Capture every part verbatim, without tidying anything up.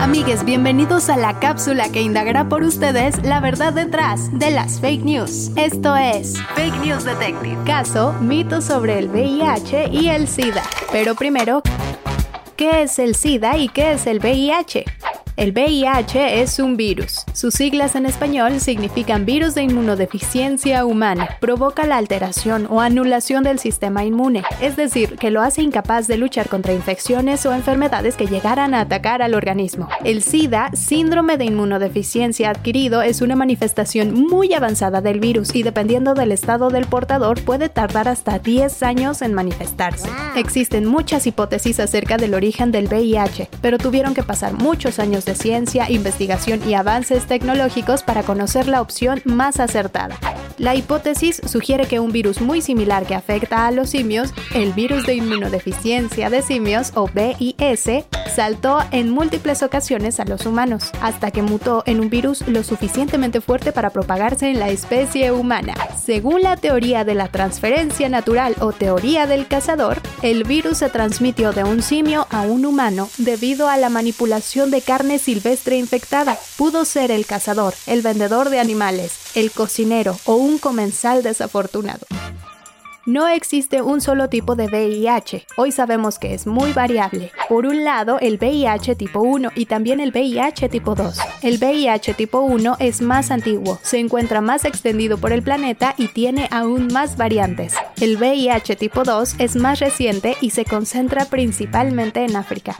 Amigues, bienvenidos a la cápsula que indagará por ustedes la verdad detrás de las fake news. Esto es Fake News Detective. Caso, mitos sobre el V I H y el SIDA. Pero primero, ¿qué es el SIDA y qué es el V I H? El V I H es un virus. Sus siglas en español significan virus de inmunodeficiencia humana. Provoca la alteración o anulación del sistema inmune, es decir, que lo hace incapaz de luchar contra infecciones o enfermedades que llegaran a atacar al organismo. El SIDA, síndrome de inmunodeficiencia adquirido, es una manifestación muy avanzada del virus y dependiendo del estado del portador puede tardar hasta diez años en manifestarse. Existen muchas hipótesis acerca del origen del V I H, pero tuvieron que pasar muchos años de ciencia, investigación y avances tecnológicos para conocer la opción más acertada. La hipótesis sugiere que un virus muy similar que afecta a los simios, el virus de inmunodeficiencia de simios o V I S, saltó en múltiples ocasiones a los humanos, hasta que mutó en un virus lo suficientemente fuerte para propagarse en la especie humana. Según la teoría de la transferencia natural o teoría del cazador, el virus se transmitió de un simio a un humano debido a la manipulación de carne silvestre infectada. Pudo ser el cazador, el vendedor de animales, el cocinero o un comensal desafortunado. No existe un solo tipo de V I H. Hoy sabemos que es muy variable. Por un lado, el V I H tipo uno y también el V I H tipo dos. El V I H tipo uno es más antiguo, se encuentra más extendido por el planeta y tiene aún más variantes. El V I H tipo dos es más reciente y se concentra principalmente en África.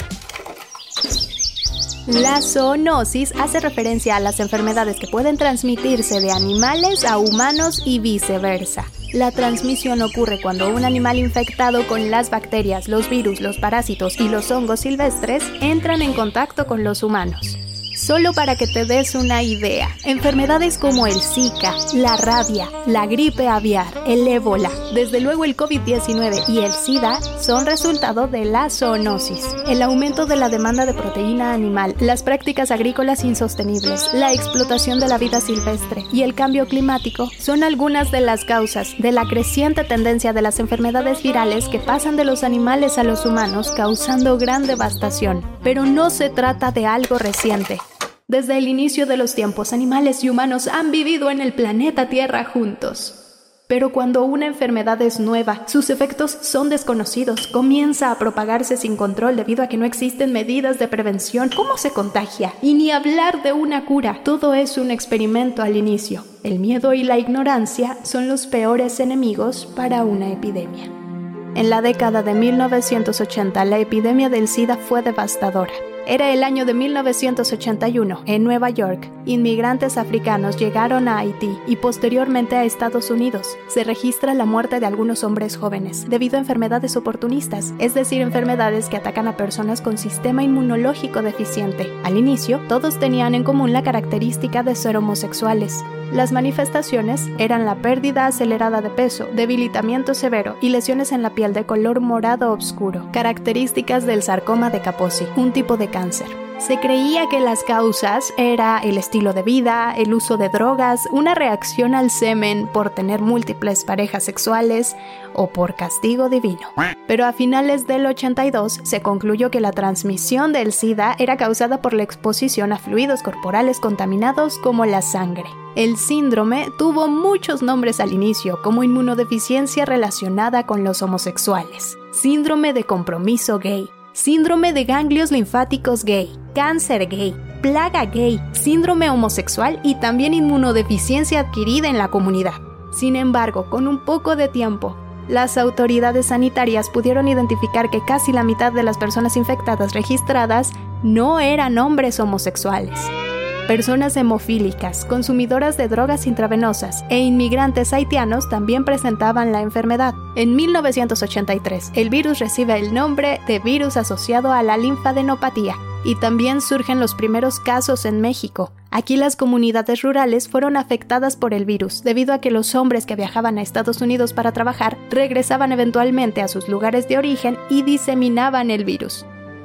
La zoonosis hace referencia a las enfermedades que pueden transmitirse de animales a humanos y viceversa. La transmisión ocurre cuando un animal infectado con las bacterias, los virus, los parásitos y los hongos silvestres entran en contacto con los humanos. Solo para que te des una idea, enfermedades como el Zika, la rabia, la gripe aviar, el ébola, desde luego el COVID diecinueve y el SIDA son resultado de la zoonosis. El aumento de la demanda de proteína animal, las prácticas agrícolas insostenibles, la explotación de la vida silvestre y el cambio climático son algunas de las causas de la creciente tendencia de las enfermedades virales que pasan de los animales a los humanos, causando gran devastación. Pero no se trata de algo reciente. Desde el inicio de los tiempos, animales y humanos han vivido en el planeta Tierra juntos. Pero cuando una enfermedad es nueva, sus efectos son desconocidos, comienza a propagarse sin control debido a que no existen medidas de prevención, ¿cómo se contagia? Y ni hablar de una cura, todo es un experimento al inicio. El miedo y la ignorancia son los peores enemigos para una epidemia. En la década de mil novecientos ochenta, la epidemia del SIDA fue devastadora. Era el año de mil novecientos ochenta y uno. En Nueva York, inmigrantes africanos llegaron a Haití y posteriormente a Estados Unidos. Se registra la muerte de algunos hombres jóvenes debido a enfermedades oportunistas, es decir, enfermedades que atacan a personas con sistema inmunológico deficiente. Al inicio, todos tenían en común la característica de ser homosexuales. Las manifestaciones eran la pérdida acelerada de peso, debilitamiento severo y lesiones en la piel de color morado oscuro, características del sarcoma de Kaposi, un tipo de cáncer. Se creía que las causas era el estilo de vida, el uso de drogas, una reacción al semen por tener múltiples parejas sexuales o por castigo divino. Pero a finales del ochenta y dos se concluyó que la transmisión del SIDA era causada por la exposición a fluidos corporales contaminados como la sangre. El síndrome tuvo muchos nombres al inicio, como inmunodeficiencia relacionada con los homosexuales, síndrome de compromiso gay, síndrome de ganglios linfáticos gay, cáncer gay, plaga gay, síndrome homosexual y también inmunodeficiencia adquirida en la comunidad. Sin embargo, con un poco de tiempo, las autoridades sanitarias pudieron identificar que casi la mitad de las personas infectadas registradas no eran hombres homosexuales. Personas hemofílicas, consumidoras de drogas intravenosas e inmigrantes haitianos también presentaban la enfermedad. En mil novecientos ochenta y tres, el virus recibe el nombre de virus asociado a la linfadenopatía y también surgen los primeros casos en México. Aquí las comunidades rurales fueron afectadas por el virus, debido a que los hombres que viajaban a Estados Unidos para trabajar regresaban eventualmente a sus lugares de origen y diseminaban el virus.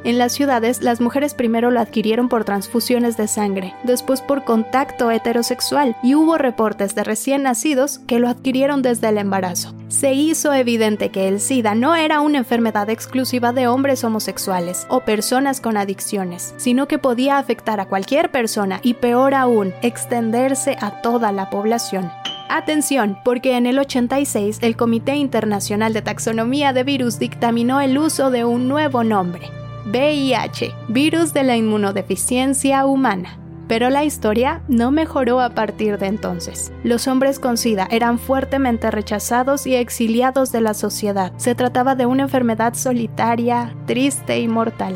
En las ciudades, las mujeres primero lo adquirieron por transfusiones de sangre, después por contacto heterosexual, y hubo reportes de recién nacidos que lo adquirieron desde el embarazo. Se hizo evidente que el SIDA no era una enfermedad exclusiva de hombres homosexuales o personas con adicciones, sino que podía afectar a cualquier persona y, peor aún, extenderse a toda la población. Atención, porque en el ochenta y seis el Comité Internacional de Taxonomía de Virus dictaminó el uso de un nuevo nombre: V I H, virus de la inmunodeficiencia humana. Pero la historia no mejoró a partir de entonces. Los hombres con SIDA eran fuertemente rechazados y exiliados de la sociedad. Se trataba de una enfermedad solitaria, triste y mortal.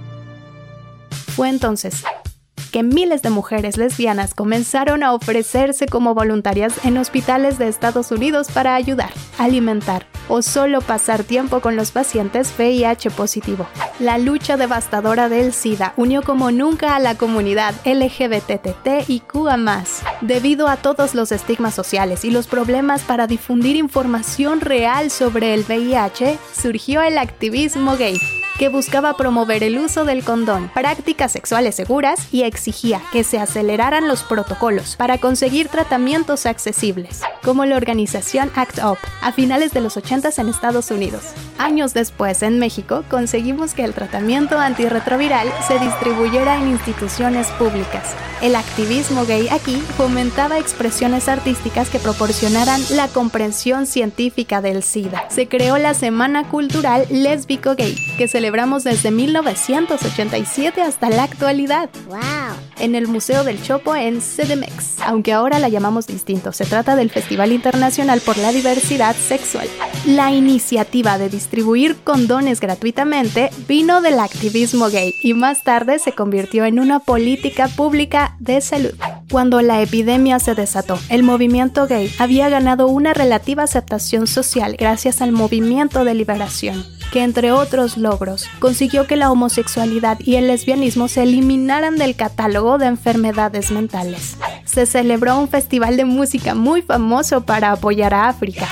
Fue entonces que miles de mujeres lesbianas comenzaron a ofrecerse como voluntarias en hospitales de Estados Unidos para ayudar, alimentar o solo pasar tiempo con los pacientes V I H positivo. La lucha devastadora del SIDA unió como nunca a la comunidad L G B T T I Q A más, debido a todos los estigmas sociales y los problemas para difundir información real sobre el V I H, surgió el activismo gay, que buscaba promover el uso del condón, prácticas sexuales seguras y exigía que se aceleraran los protocolos para conseguir tratamientos accesibles, como la organización ACT UP, a finales de los ochentas en Estados Unidos. Años después, en México, conseguimos que el tratamiento antirretroviral se distribuyera en instituciones públicas. El activismo gay aquí fomentaba expresiones artísticas que proporcionaran la comprensión científica del SIDA. Se creó la Semana Cultural Lésbico Gay, que celebramos desde mil novecientos ochenta y siete hasta la actualidad. ¡Wow! En el Museo del Chopo en C D M X, aunque ahora la llamamos distinto. Se trata del Festival Internacional por la Diversidad Sexual. La iniciativa de distribuir condones gratuitamente vino del activismo gay y más tarde se convirtió en una política pública de salud. Cuando la epidemia se desató, el movimiento gay había ganado una relativa aceptación social gracias al movimiento de liberación, que entre otros logros consiguió que la homosexualidad y el lesbianismo se eliminaran del catálogo de enfermedades mentales. Se celebró un festival de música muy famoso para apoyar a África.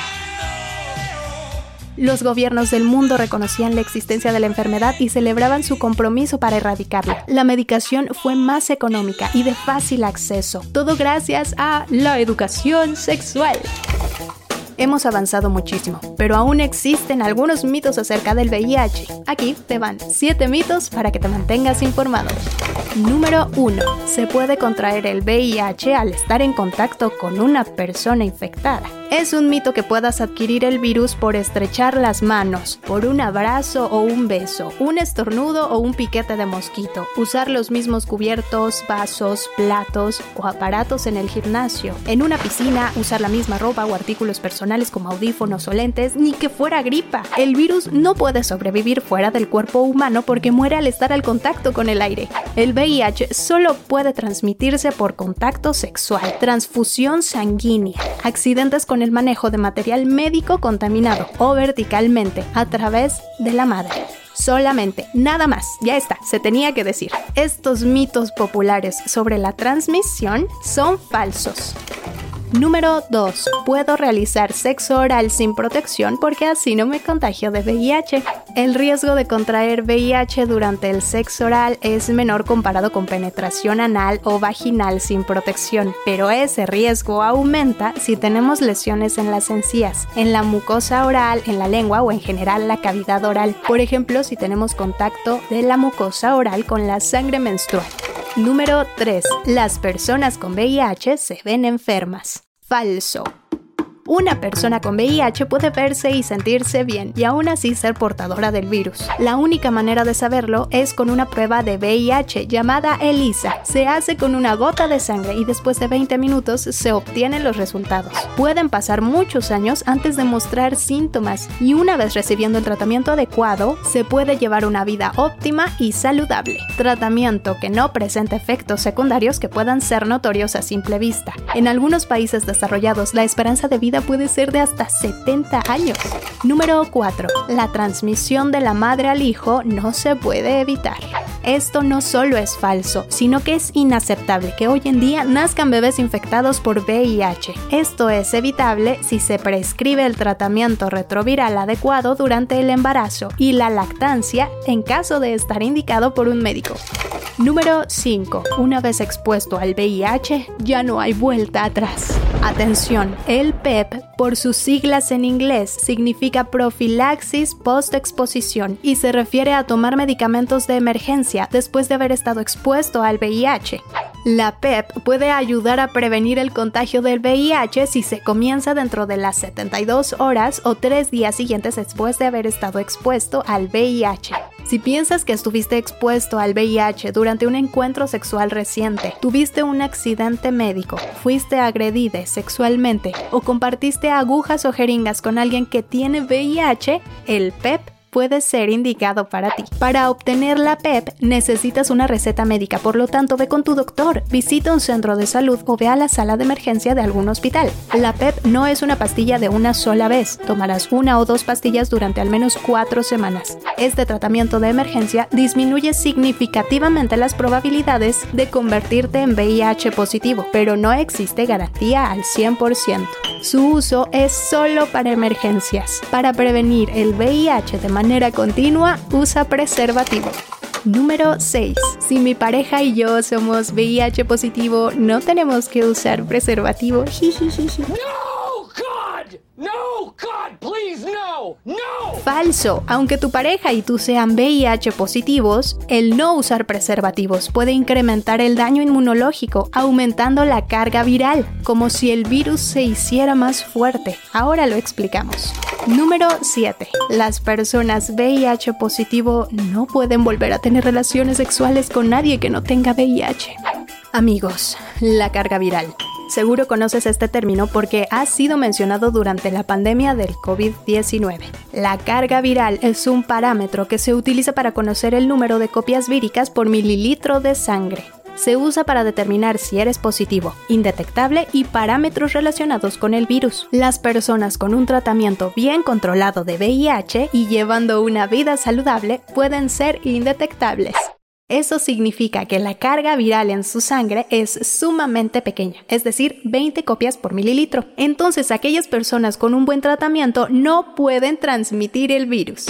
Los gobiernos del mundo reconocían la existencia de la enfermedad y celebraban su compromiso para erradicarla. La medicación fue más económica y de fácil acceso, todo gracias a la educación sexual. Hemos avanzado muchísimo, pero aún existen algunos mitos acerca del V I H. Aquí te van siete mitos para que te mantengas informado. Número uno. Se puede contraer el V I H al estar en contacto con una persona infectada. Es un mito que puedas adquirir el virus por estrechar las manos, por un abrazo o un beso, un estornudo o un piquete de mosquito, usar los mismos cubiertos, vasos, platos o aparatos en el gimnasio, en una piscina, usar la misma ropa o artículos personales como audífonos o lentes, ni que fuera gripa. El virus no puede sobrevivir fuera del cuerpo humano porque muere al estar al contacto con el aire. El V I H solo puede transmitirse por contacto sexual, transfusión sanguínea, accidentes con el manejo de material médico contaminado o verticalmente a través de la madre. Solamente, nada más, ya está, se tenía que decir. Estos mitos populares sobre la transmisión son falsos. Número dos. Puedo realizar sexo oral sin protección porque así no me contagio de V I H. El riesgo de contraer V I H durante el sexo oral es menor comparado con penetración anal o vaginal sin protección, pero ese riesgo aumenta si tenemos lesiones en las encías, en la mucosa oral, en la lengua o en general la cavidad oral. Por ejemplo, si tenemos contacto de la mucosa oral con la sangre menstrual. Número tres. Las personas con V I H se ven enfermas. Falso. Una persona con V I H puede verse y sentirse bien y aún así ser portadora del virus. La única manera de saberlo es con una prueba de V I H llamada ELISA. Se hace con una gota de sangre y después de veinte minutos se obtienen los resultados. Pueden pasar muchos años antes de mostrar síntomas y una vez recibiendo el tratamiento adecuado, se puede llevar una vida óptima y saludable. Tratamiento que no presenta efectos secundarios que puedan ser notorios a simple vista. En algunos países desarrollados, la esperanza de vida puede ser de hasta setenta años. Número cuatro. La transmisión de la madre al hijo no se puede evitar. Esto no solo es falso, sino que es inaceptable que hoy en día nazcan bebés infectados por V I H. Esto es evitable si se prescribe el tratamiento retroviral adecuado durante el embarazo y la lactancia en caso de estar indicado por un médico. Número cinco. Una vez expuesto al V I H, ya no hay vuelta atrás. Atención, el P E P, por sus siglas en inglés, significa profilaxis post-exposición y se refiere a tomar medicamentos de emergencia después de haber estado expuesto al V I H. La P E P puede ayudar a prevenir el contagio del V I H si se comienza dentro de las setenta y dos horas o tres días siguientes después de haber estado expuesto al V I H. Si piensas que estuviste expuesto al V I H durante un encuentro sexual reciente, tuviste un accidente médico, fuiste agredida sexualmente o compartiste agujas o jeringas con alguien que tiene V I H, el P E P puede ser indicado para ti. Para obtener la P E P necesitas una receta médica, por lo tanto ve con tu doctor, visita un centro de salud o ve a la sala de emergencia de algún hospital. La P E P no es una pastilla de una sola vez, tomarás una o dos pastillas durante al menos cuatro semanas. Este tratamiento de emergencia disminuye significativamente las probabilidades de convertirte en V I H positivo, pero no existe garantía al cien por ciento. Su uso es solo para emergencias. Para prevenir el V I H de manera continua, usa preservativo. Número seis. Si mi pareja y yo somos V I H positivo, ¿no tenemos que usar preservativo? No, God! No, God, please, no! ¡No! Falso. Aunque tu pareja y tú sean V I H positivos, el no usar preservativos puede incrementar el daño inmunológico, aumentando la carga viral, como si el virus se hiciera más fuerte. Ahora lo explicamos. Número siete. Las personas V I H positivo no pueden volver a tener relaciones sexuales con nadie que no tenga V I H. Amigos, la carga viral. Seguro conoces este término porque ha sido mencionado durante la pandemia del COVID diecinueve. La carga viral es un parámetro que se utiliza para conocer el número de copias víricas por mililitro de sangre. Se usa para determinar si eres positivo, indetectable y parámetros relacionados con el virus. Las personas con un tratamiento bien controlado de V I H y llevando una vida saludable pueden ser indetectables. Eso significa que la carga viral en su sangre es sumamente pequeña, es decir, veinte copias por mililitro. Entonces, aquellas personas con un buen tratamiento no pueden transmitir el virus.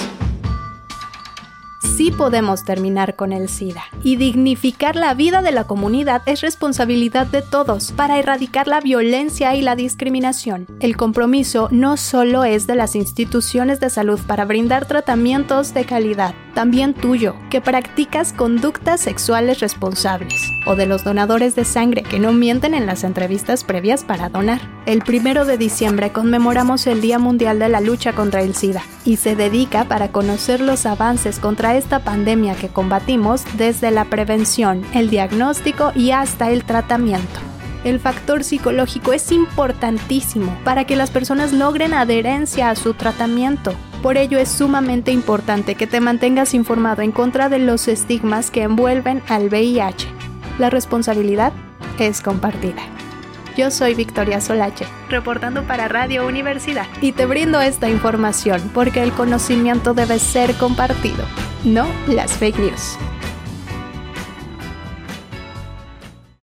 Sí podemos terminar con el SIDA, y dignificar la vida de la comunidad es responsabilidad de todos para erradicar la violencia y la discriminación. El compromiso no solo es de las instituciones de salud para brindar tratamientos de calidad, también tuyo, que practicas conductas sexuales responsables, o de los donadores de sangre que no mienten en las entrevistas previas para donar. El primero de diciembre conmemoramos el Día Mundial de la Lucha contra el SIDA, y se dedica para conocer los avances contra esta pandemia que combatimos desde la prevención, el diagnóstico y hasta el tratamiento. El factor psicológico es importantísimo para que las personas logren adherencia a su tratamiento. Por ello es sumamente importante que te mantengas informado en contra de los estigmas que envuelven al V I H. La responsabilidad es compartida. Yo soy Victoria Solache, reportando para Radio Universidad, y te brindo esta información porque el conocimiento debe ser compartido, no las fake news.